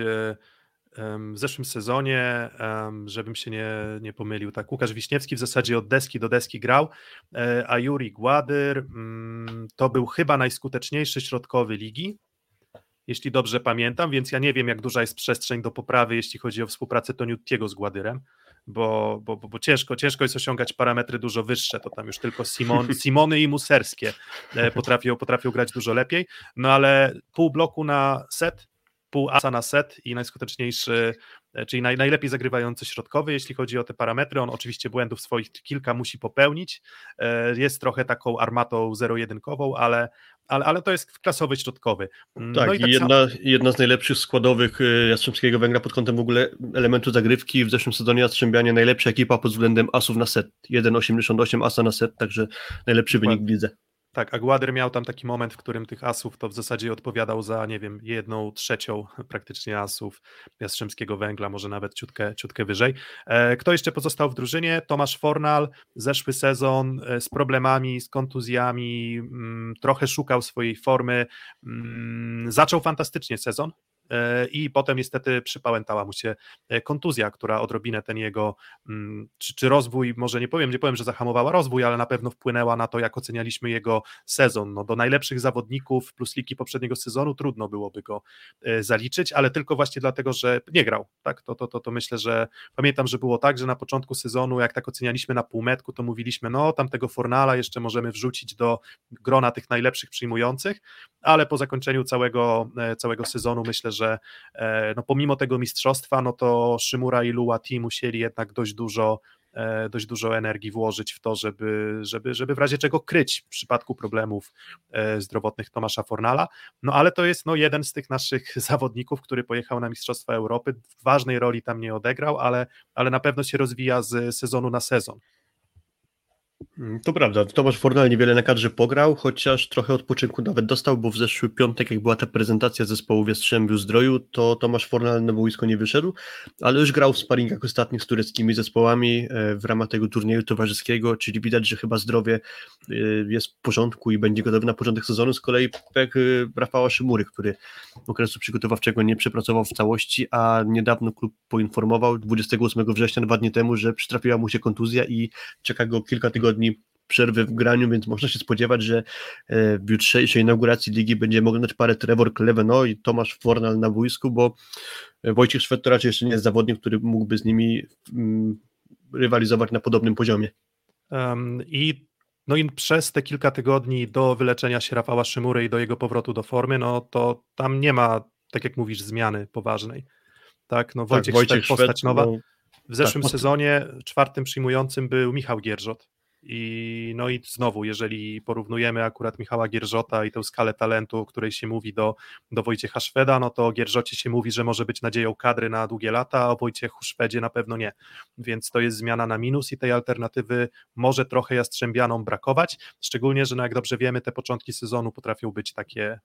Speaker 3: w zeszłym sezonie, żebym się nie pomylił, tak, Łukasz Wiśniewski w zasadzie od deski do deski grał, a Juri Gładyr to był chyba najskuteczniejszy środkowy ligi, jeśli dobrze pamiętam, więc ja nie wiem, jak duża jest przestrzeń do poprawy, jeśli chodzi o współpracę Toniutiego z Gładyrem, bo ciężko jest osiągać parametry dużo wyższe, to tam już tylko Simony i Muserskie potrafią grać dużo lepiej, no ale pół bloku na set, pół asa na set i najskuteczniejszy, czyli najlepiej zagrywający środkowy, jeśli chodzi o te parametry. On oczywiście błędów swoich kilka musi popełnić, jest trochę taką armatą zero-jedynkową, ale to jest klasowy środkowy.
Speaker 4: Tak,
Speaker 3: no
Speaker 4: i jedna z najlepszych składowych Jastrzębskiego Węgla pod kątem w ogóle elementu zagrywki. W zeszłym sezonie Jastrzębianie najlepsza ekipa pod względem asów na set. 1,88 asa na set, także najlepszy wynik widzę.
Speaker 3: Tak, a Gładyr miał tam taki moment, w którym tych asów to w zasadzie odpowiadał za, nie wiem, 1/3 praktycznie asów Jastrzębskiego Węgla, może nawet ciutkę wyżej. Kto jeszcze pozostał w drużynie? Tomasz Fornal, zeszły sezon z problemami, z kontuzjami, trochę szukał swojej formy, zaczął fantastycznie sezon, i potem niestety przypałętała mu się kontuzja, która odrobinę ten jego, czy rozwój, może nie powiem, że zahamowała rozwój, ale na pewno wpłynęła na to, jak ocenialiśmy jego sezon. No, do najlepszych zawodników plus ligi poprzedniego sezonu trudno byłoby go zaliczyć, ale tylko właśnie dlatego, że nie grał. Tak? To myślę, że pamiętam, że było tak, że na początku sezonu, jak tak ocenialiśmy na półmetku, to mówiliśmy, no tamtego Fornala jeszcze możemy wrzucić do grona tych najlepszych przyjmujących, ale po zakończeniu całego sezonu myślę, że no pomimo tego mistrzostwa, no to Szymura i Luati musieli jednak dość dużo energii włożyć w to, żeby w razie czego kryć w przypadku problemów zdrowotnych Tomasza Fornala, no ale to jest jeden z tych naszych zawodników, który pojechał na Mistrzostwa Europy, w ważnej roli tam nie odegrał, ale na pewno się rozwija z sezonu na sezon.
Speaker 4: To prawda, Tomasz Fornal niewiele na kadrze pograł, chociaż trochę odpoczynku nawet dostał, bo w zeszły piątek, jak była ta prezentacja zespołu w Jastrzębiu-Zdroju, to Tomasz Fornal na boisko nie wyszedł, ale już grał w sparingach ostatnich z tureckimi zespołami w ramach tego turnieju towarzyskiego, czyli widać, że chyba zdrowie jest w porządku i będzie gotowy na początek sezonu. Z kolei pech Rafała Szymury, który okresu przygotowawczego nie przepracował w całości, a niedawno klub poinformował 28 września, 2 dni temu, że przytrafiła mu się kontuzja i czeka go kilka tygodni przerwy w graniu, więc można się spodziewać, że w jutrzejszej inauguracji ligi będziemy oglądać parę Trevor Kleveno i Tomasz Fornal na boisku, bo Wojciech Szwed to raczej jeszcze nie jest zawodnik, który mógłby z nimi rywalizować na podobnym poziomie.
Speaker 3: I przez te kilka tygodni do wyleczenia się Rafała Szymury i do jego powrotu do formy, no to tam nie ma, tak jak mówisz, zmiany poważnej. Tak, no Wojciech Szwed, postać nowa. W zeszłym sezonie 4. przyjmującym był Michał Gierżot, No i znowu, jeżeli porównujemy akurat Michała Gierżota i tę skalę talentu, o której się mówi do Wojciecha Szweda, no to o Gierżocie się mówi, że może być nadzieją kadry na długie lata, a o Wojciechu Szwedzie na pewno nie, więc to jest zmiana na minus i tej alternatywy może trochę Jastrzębianom brakować, szczególnie, że no jak dobrze wiemy, te początki sezonu potrafią być takie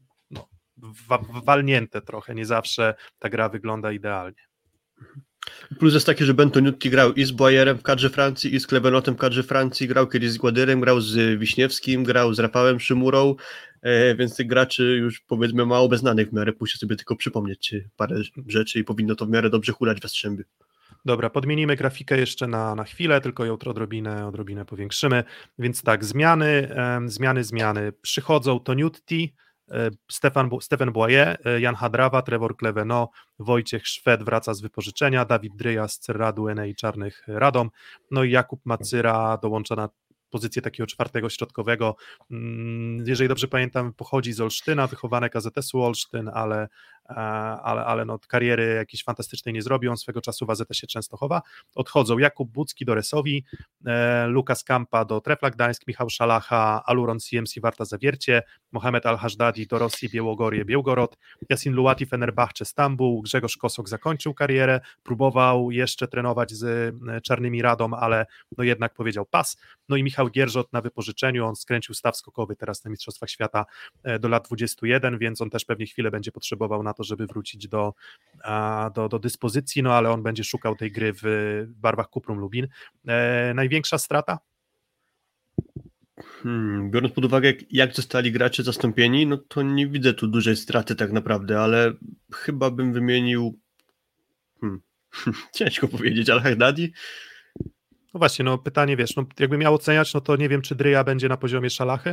Speaker 3: walnięte trochę, nie zawsze ta gra wygląda idealnie.
Speaker 4: Plus jest taki, że Bentoniutti grał i z Boyerem w kadrze Francji, i z Klevenotem w kadrze Francji, grał kiedyś z Gładyrem, grał z Wiśniewskim, grał z Rafałem Szymurą, więc tych graczy już powiedzmy mało beznanych w miarę, muszę sobie tylko przypomnieć parę rzeczy i powinno to w miarę dobrze hulać w Jastrzębiu.
Speaker 3: Dobra, podmienimy grafikę jeszcze na chwilę, tylko ją odrobinę powiększymy, więc tak, zmiany, przychodzą Toniutti, Stefan Boyer, Jan Hadrawa, Trevor Kleveno, Wojciech Szwed wraca z wypożyczenia, Dawid Dryja z Cerradu i Czarnych Radom, no i Jakub Macyra dołącza na pozycję takiego czwartego środkowego, jeżeli dobrze pamiętam, pochodzi z Olsztyna, wychowanek AZS-u Olsztyn, ale no, kariery jakiejś fantastycznej nie zrobił, on swego czasu w AZS-ie Częstochowa. Odchodzą Jakub Bucki do Resowi, Lukas Kampa do Trefla Gdańsk, Michał Szalacha, Aluron CMC Warta Zawiercie, Mohamed Al-Hajdadi do Rosji Białogorje Białgorod, Yasin Luati Fenerbahce Stambuł, Grzegorz Kosok zakończył karierę, próbował jeszcze trenować z Czarnymi Radom, ale no jednak powiedział pas, no i Michał Gierżot na wypożyczeniu, on skręcił staw skokowy teraz na Mistrzostwach Świata do lat 21, więc on też pewnie chwilę będzie potrzebował na to, żeby wrócić do dyspozycji, no ale on będzie szukał tej gry w barwach Kuprum Lubin. Największa strata?
Speaker 4: Biorąc pod uwagę, jak zostali gracze zastąpieni, no to nie widzę tu dużej straty tak naprawdę, ale chyba bym wymienił ciężko powiedzieć, Al-Hajdadi.
Speaker 3: No właśnie, no pytanie, wiesz, no jakby miał oceniać, no to nie wiem, czy Dryja będzie na poziomie Szalachy,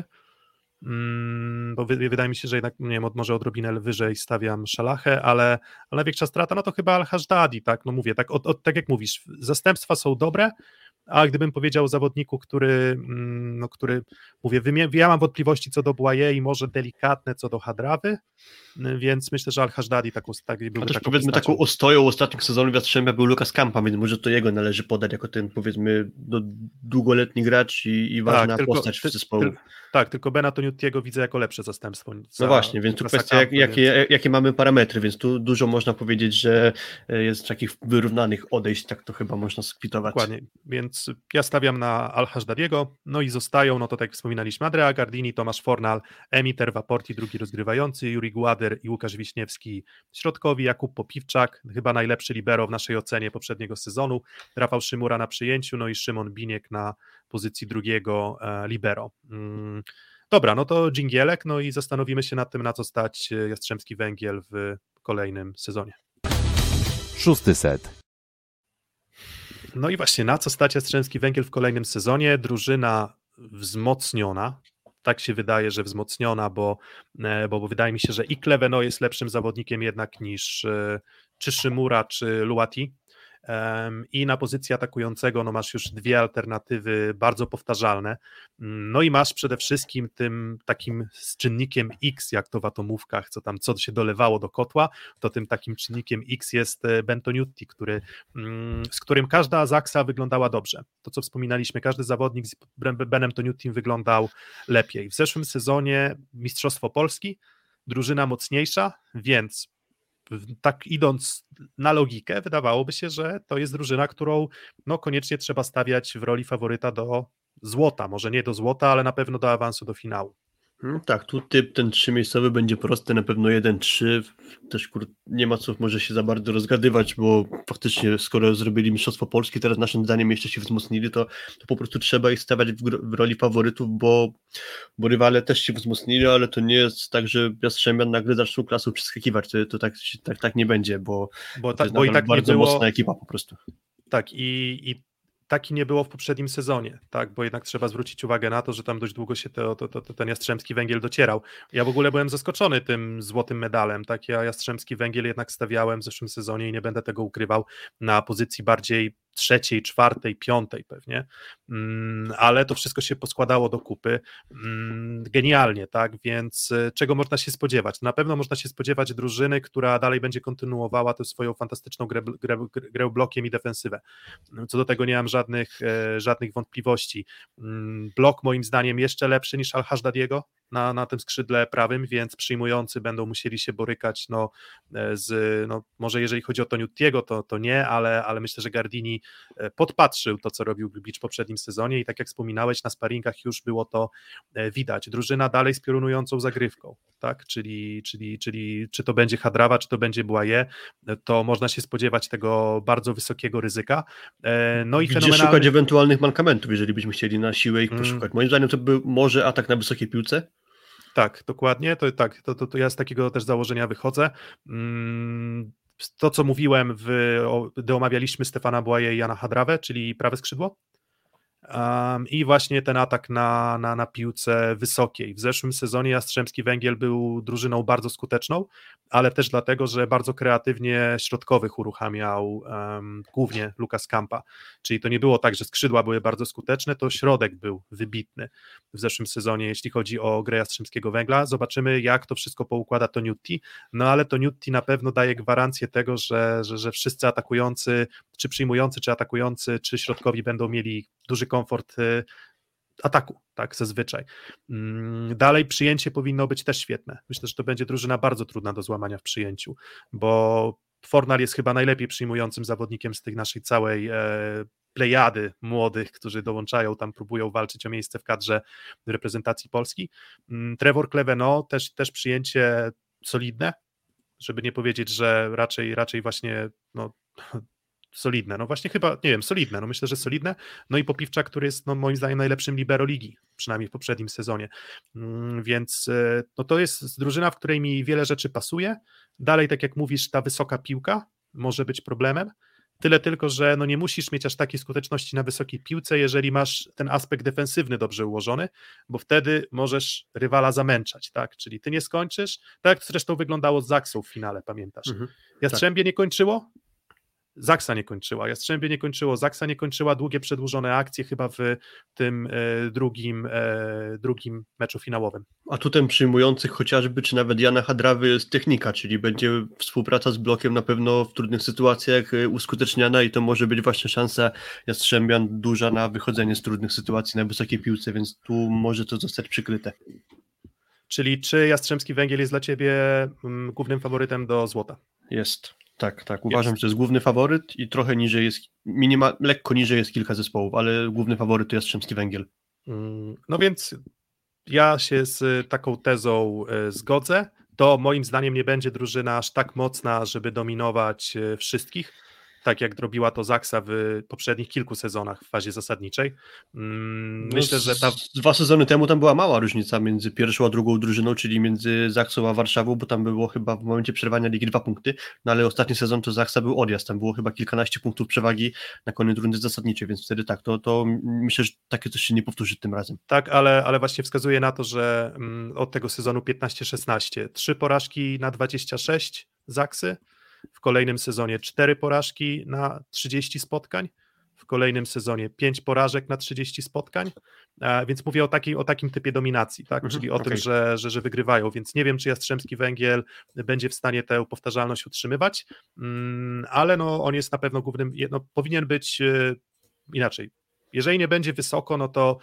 Speaker 3: bo wydaje mi się, że jednak, nie wiem, może odrobinę wyżej stawiam Szalachę, ale największa strata, no to chyba Al-Hajdadi, tak, no mówię, tak jak mówisz, zastępstwa są dobre, a gdybym powiedział o zawodniku, który, mówię, ja mam wątpliwości co do Błaje i może delikatne co do Hadrawy, więc myślę, że Al-Hajdadi byłby
Speaker 4: a też
Speaker 3: taką
Speaker 4: powiedzmy
Speaker 3: postacią.
Speaker 4: taką ostoją ostatnich sezonów Jastrzębia był Lukas Kampa, więc może to jego należy podać jako ten, powiedzmy, długoletni gracz i ważna postać w zespołu.
Speaker 3: Tak, tylko Bena Toniuttiego widzę jako lepsze zastępstwo.
Speaker 4: No właśnie, więc tu kwestia jakie mamy parametry, więc tu dużo można powiedzieć, że jest takich wyrównanych odejść, tak to chyba można skwitować.
Speaker 3: Dokładnie, więc ja stawiam na Al-Hajdadiego, no i zostają, no to tak jak wspominaliśmy, Andrea Gardini, Tomasz Fornal, Emiter Waporti, drugi rozgrywający, Juri Gładyr i Łukasz Wiśniewski środkowi, Jakub Popiwczak, chyba najlepszy libero w naszej ocenie poprzedniego sezonu, Rafał Szymura na przyjęciu, no i Szymon Biniek na pozycji drugiego libero. Dobra, no to dżingielek, no i zastanowimy się nad tym, na co stać Jastrzębski Węgiel w kolejnym sezonie.
Speaker 2: 6. set.
Speaker 3: No i właśnie, na co stać Jastrzębski Węgiel w kolejnym sezonie? Drużyna wzmocniona, tak się wydaje, że wzmocniona, bo wydaje mi się, że i Kleveno jest lepszym zawodnikiem jednak niż czy Szymura, czy Luati. I na pozycji atakującego no masz już dwie alternatywy bardzo powtarzalne, no i masz przede wszystkim tym takim czynnikiem X, jak to w atomówkach, co się dolewało do kotła, to tym takim czynnikiem X jest Bentoniutti, z którym każda zaksa wyglądała dobrze. To co wspominaliśmy, każdy zawodnik z Benem Toniuttim wyglądał lepiej. W zeszłym sezonie Mistrzostwo Polski, drużyna mocniejsza, więc tak idąc na logikę, wydawałoby się, że to jest drużyna, którą no koniecznie trzeba stawiać w roli faworyta do złota, może nie do złota, ale na pewno do awansu do finału.
Speaker 4: Tak, tu typ ten 3-miejscowy będzie prosty, na pewno 1-3, też nie ma co może się za bardzo rozgadywać, bo faktycznie skoro zrobili Mistrzostwo Polski, teraz naszym zdaniem jeszcze się wzmocnili, to po prostu trzeba ich stawiać w roli faworytów, bo rywale też się wzmocnili, ale to nie jest tak, że Jastrzębian nagle zaczną klasą przeskakiwać, to tak nie będzie, bo to jest
Speaker 3: i tak
Speaker 4: bardzo
Speaker 3: nie było,
Speaker 4: mocna ekipa po prostu.
Speaker 3: Tak i taki nie było w poprzednim sezonie, tak, bo jednak trzeba zwrócić uwagę na to, że tam dość długo się ten Jastrzębski Węgiel docierał. Ja w ogóle byłem zaskoczony tym złotym medalem, tak, ja Jastrzębski Węgiel jednak stawiałem w zeszłym sezonie i nie będę tego ukrywał na pozycji bardziej trzeciej, czwartej, piątej pewnie, ale to wszystko się poskładało do kupy genialnie, tak, więc czego można się spodziewać? Na pewno można się spodziewać drużyny, która dalej będzie kontynuowała tę swoją fantastyczną grę blokiem i defensywę. Co do tego nie mam żadnych wątpliwości. Blok moim zdaniem jeszcze lepszy niż Al-Hashdadiego na tym skrzydle prawym, więc przyjmujący będą musieli się borykać może jeżeli chodzi o Toniutiego, to nie, ale myślę, że Gardini podpatrzył to, co robił Grbić w poprzednim sezonie i tak jak wspominałeś, na sparingach już było to widać. Drużyna dalej z piorunującą zagrywką, tak? Czyli czy to będzie Hadrawa, czy to będzie Błaje, to można się spodziewać tego bardzo wysokiego ryzyka. No i
Speaker 4: Gdzie szukać ewentualnych mankamentów, jeżeli byśmy chcieli na siłę ich poszukać? Moim zdaniem to był może atak na wysokiej piłce?
Speaker 3: Tak, dokładnie, to ja z takiego też założenia wychodzę. To, co mówiłem, gdy omawialiśmy Stefana Błaje i Jana Hadrawę, czyli prawe skrzydło, i właśnie ten atak na piłce wysokiej. W zeszłym sezonie Jastrzębski Węgiel był drużyną bardzo skuteczną, ale też dlatego, że bardzo kreatywnie środkowych uruchamiał głównie Lukas Kampa, czyli to nie było tak, że skrzydła były bardzo skuteczne, to środek był wybitny w zeszłym sezonie, jeśli chodzi o grę Jastrzębskiego Węgla. Zobaczymy, jak to wszystko poukłada Toniutti, no ale Toniutti na pewno daje gwarancję tego, że wszyscy atakujący, czy przyjmujący, czy atakujący, czy środkowi będą mieli duży komfort ataku, tak, zazwyczaj. Dalej przyjęcie powinno być też świetne. Myślę, że to będzie drużyna bardzo trudna do złamania w przyjęciu, bo Fornal jest chyba najlepiej przyjmującym zawodnikiem z tej naszej całej plejady młodych, którzy dołączają tam, próbują walczyć o miejsce w kadrze reprezentacji Polski. Trevor Cleveno też przyjęcie solidne, żeby nie powiedzieć, że raczej właśnie solidne, no właśnie chyba, nie wiem, solidne, no myślę, że solidne, no i Popiwczak, który jest moim zdaniem najlepszym libero ligi, przynajmniej w poprzednim sezonie, więc to jest drużyna, w której mi wiele rzeczy pasuje. Dalej, tak jak mówisz, ta wysoka piłka może być problemem, tyle tylko, że nie musisz mieć aż takiej skuteczności na wysokiej piłce, jeżeli masz ten aspekt defensywny dobrze ułożony, bo wtedy możesz rywala zamęczać, tak, czyli ty nie skończysz, tak jak to zresztą wyglądało z Zaksą w finale, pamiętasz? Jastrzębie nie kończyło? Zaksa nie kończyła, Jastrzębie nie kończyło, Zaksa nie kończyła, długie przedłużone akcje chyba w tym drugim meczu finałowym.
Speaker 4: Atutem przyjmujących chociażby, czy nawet Jana Hadrawy jest technika, czyli będzie współpraca z blokiem na pewno w trudnych sytuacjach uskuteczniana i to może być właśnie szansa Jastrzębian duża na wychodzenie z trudnych sytuacji na wysokiej piłce, więc tu może to zostać przykryte.
Speaker 3: Czyli czy Jastrzębski Węgiel jest dla Ciebie głównym faworytem do złota?
Speaker 4: Jest. Tak, uważam, że to jest główny faworyt i trochę niżej jest, lekko niżej jest kilka zespołów, ale główny faworyt to Jastrzębski Węgiel.
Speaker 3: No więc ja się z taką tezą zgodzę. To moim zdaniem nie będzie drużyna aż tak mocna, żeby dominować wszystkich, tak jak robiła to Zaksa w poprzednich kilku sezonach w fazie zasadniczej. Myślę, że
Speaker 4: 2 sezony temu tam była mała różnica między pierwszą a drugą drużyną, czyli między Zaksą a Warszawą, bo tam było chyba w momencie przerwania ligi 2 punkty, no ale ostatni sezon to Zaksa był odjazd, tam było chyba kilkanaście punktów przewagi na koniec rundy zasadniczej, więc wtedy tak, to myślę, że takie coś się nie powtórzy tym razem.
Speaker 3: Tak, ale właśnie wskazuje na to, że od tego sezonu 15-16 3 porażki na 26 Zaksy, w kolejnym sezonie 4 porażki na 30 spotkań, w kolejnym sezonie 5 porażek na 30 spotkań, więc mówię o takim typie dominacji, tak? Czyli o tym, że wygrywają, więc nie wiem, czy Jastrzębski Węgiel będzie w stanie tę powtarzalność utrzymywać, ale on jest na pewno głównym, powinien być inaczej. Jeżeli nie będzie wysoko,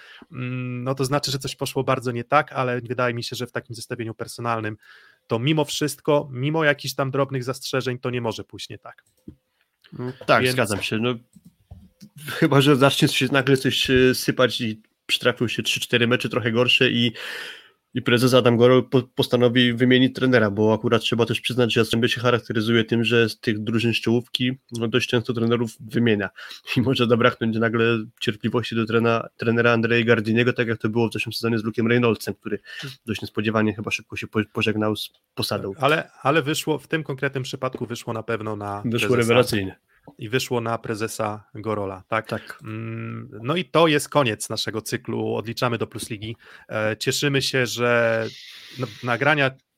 Speaker 3: to znaczy, że coś poszło bardzo nie tak, ale wydaje mi się, że w takim zestawieniu personalnym to mimo wszystko, mimo jakichś tam drobnych zastrzeżeń, to nie może pójść nie tak.
Speaker 4: Tak, zgadzam się. Chyba że zacznie się nagle coś sypać i przytrafią się 3-4 mecze trochę gorsze i prezes Adam Gorol postanowi wymienić trenera, bo akurat trzeba też przyznać, że Jastrzębie się charakteryzuje tym, że z tych drużyn z czołówki dość często trenerów wymienia i może zabraknąć nagle cierpliwości do trenera Andrzeja Gardiniego, tak jak to było w zeszłym sezonie z Luke'em Reynoldsem, który dość niespodziewanie chyba szybko się pożegnał z posadą.
Speaker 3: Ale wyszło, w tym konkretnym przypadku wyszło na pewno na
Speaker 4: Wyszło rewelacyjnie.
Speaker 3: I wyszło na prezesa Gorola, tak?
Speaker 4: Tak.
Speaker 3: No i to jest koniec naszego cyklu, odliczamy do Plus Ligi. Cieszymy się, że nagrania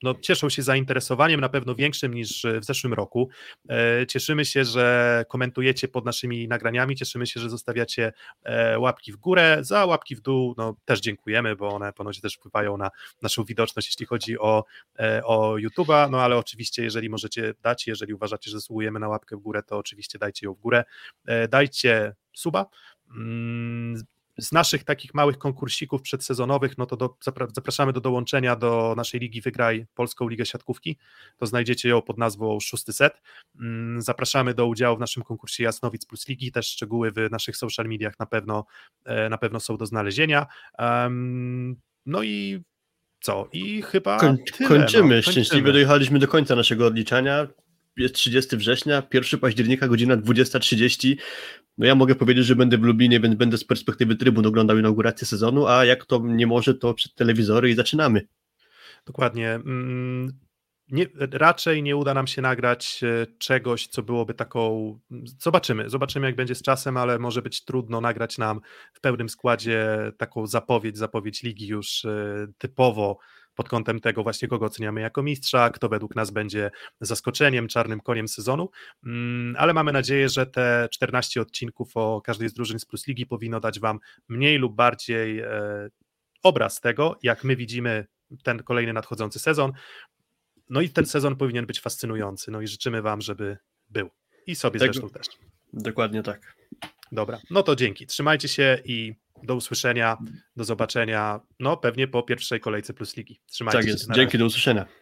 Speaker 3: no, cieszą się zainteresowaniem na pewno większym niż w zeszłym roku. Cieszymy się, że komentujecie pod naszymi nagraniami, cieszymy się, że zostawiacie łapki w górę, za łapki w dół no, też dziękujemy, bo one ponoć też wpływają na naszą widoczność, jeśli chodzi o YouTube'a, no ale oczywiście jeżeli możecie dać, jeżeli uważacie, że zasługujemy na łapkę w górę, to oczywiście dajcie ją w górę, dajcie suba. Z naszych takich małych konkursików przedsezonowych, no to zapraszamy do dołączenia do naszej ligi Wygraj Polską Ligę Siatkówki, to znajdziecie ją pod nazwą 6. set. Zapraszamy do udziału w naszym konkursie Jasnowic Plus Ligi, też szczegóły w naszych social mediach na pewno są do znalezienia. No i co? I chyba tyle,
Speaker 4: kończymy. Szczęśliwie dojechaliśmy do końca naszego odliczania. Jest 30 września, 1 października, godzina 20:30. No ja mogę powiedzieć, że będę w Lublinie, będę z perspektywy trybun oglądał inaugurację sezonu, a jak to nie może, to przed telewizory i zaczynamy.
Speaker 3: Dokładnie. Raczej nie uda nam się nagrać czegoś, co byłoby taką... Zobaczymy jak będzie z czasem, ale może być trudno nagrać nam w pełnym składzie taką zapowiedź ligi już typowo pod kątem tego właśnie, kogo oceniamy jako mistrza, kto według nas będzie zaskoczeniem, czarnym koniem sezonu, ale mamy nadzieję, że te 14 odcinków o każdej z drużyn z Plus Ligi powinno dać wam mniej lub bardziej obraz tego, jak my widzimy ten kolejny nadchodzący sezon. No i ten sezon powinien być fascynujący, no i życzymy wam, żeby był. I sobie zresztą też.
Speaker 4: Dokładnie tak.
Speaker 3: Dobra, no to dzięki. Trzymajcie się i do usłyszenia, do zobaczenia, no pewnie po pierwszej kolejce Plus Ligi. Trzymajcie
Speaker 4: Tak
Speaker 3: się.
Speaker 4: jest, dzięki, do usłyszenia.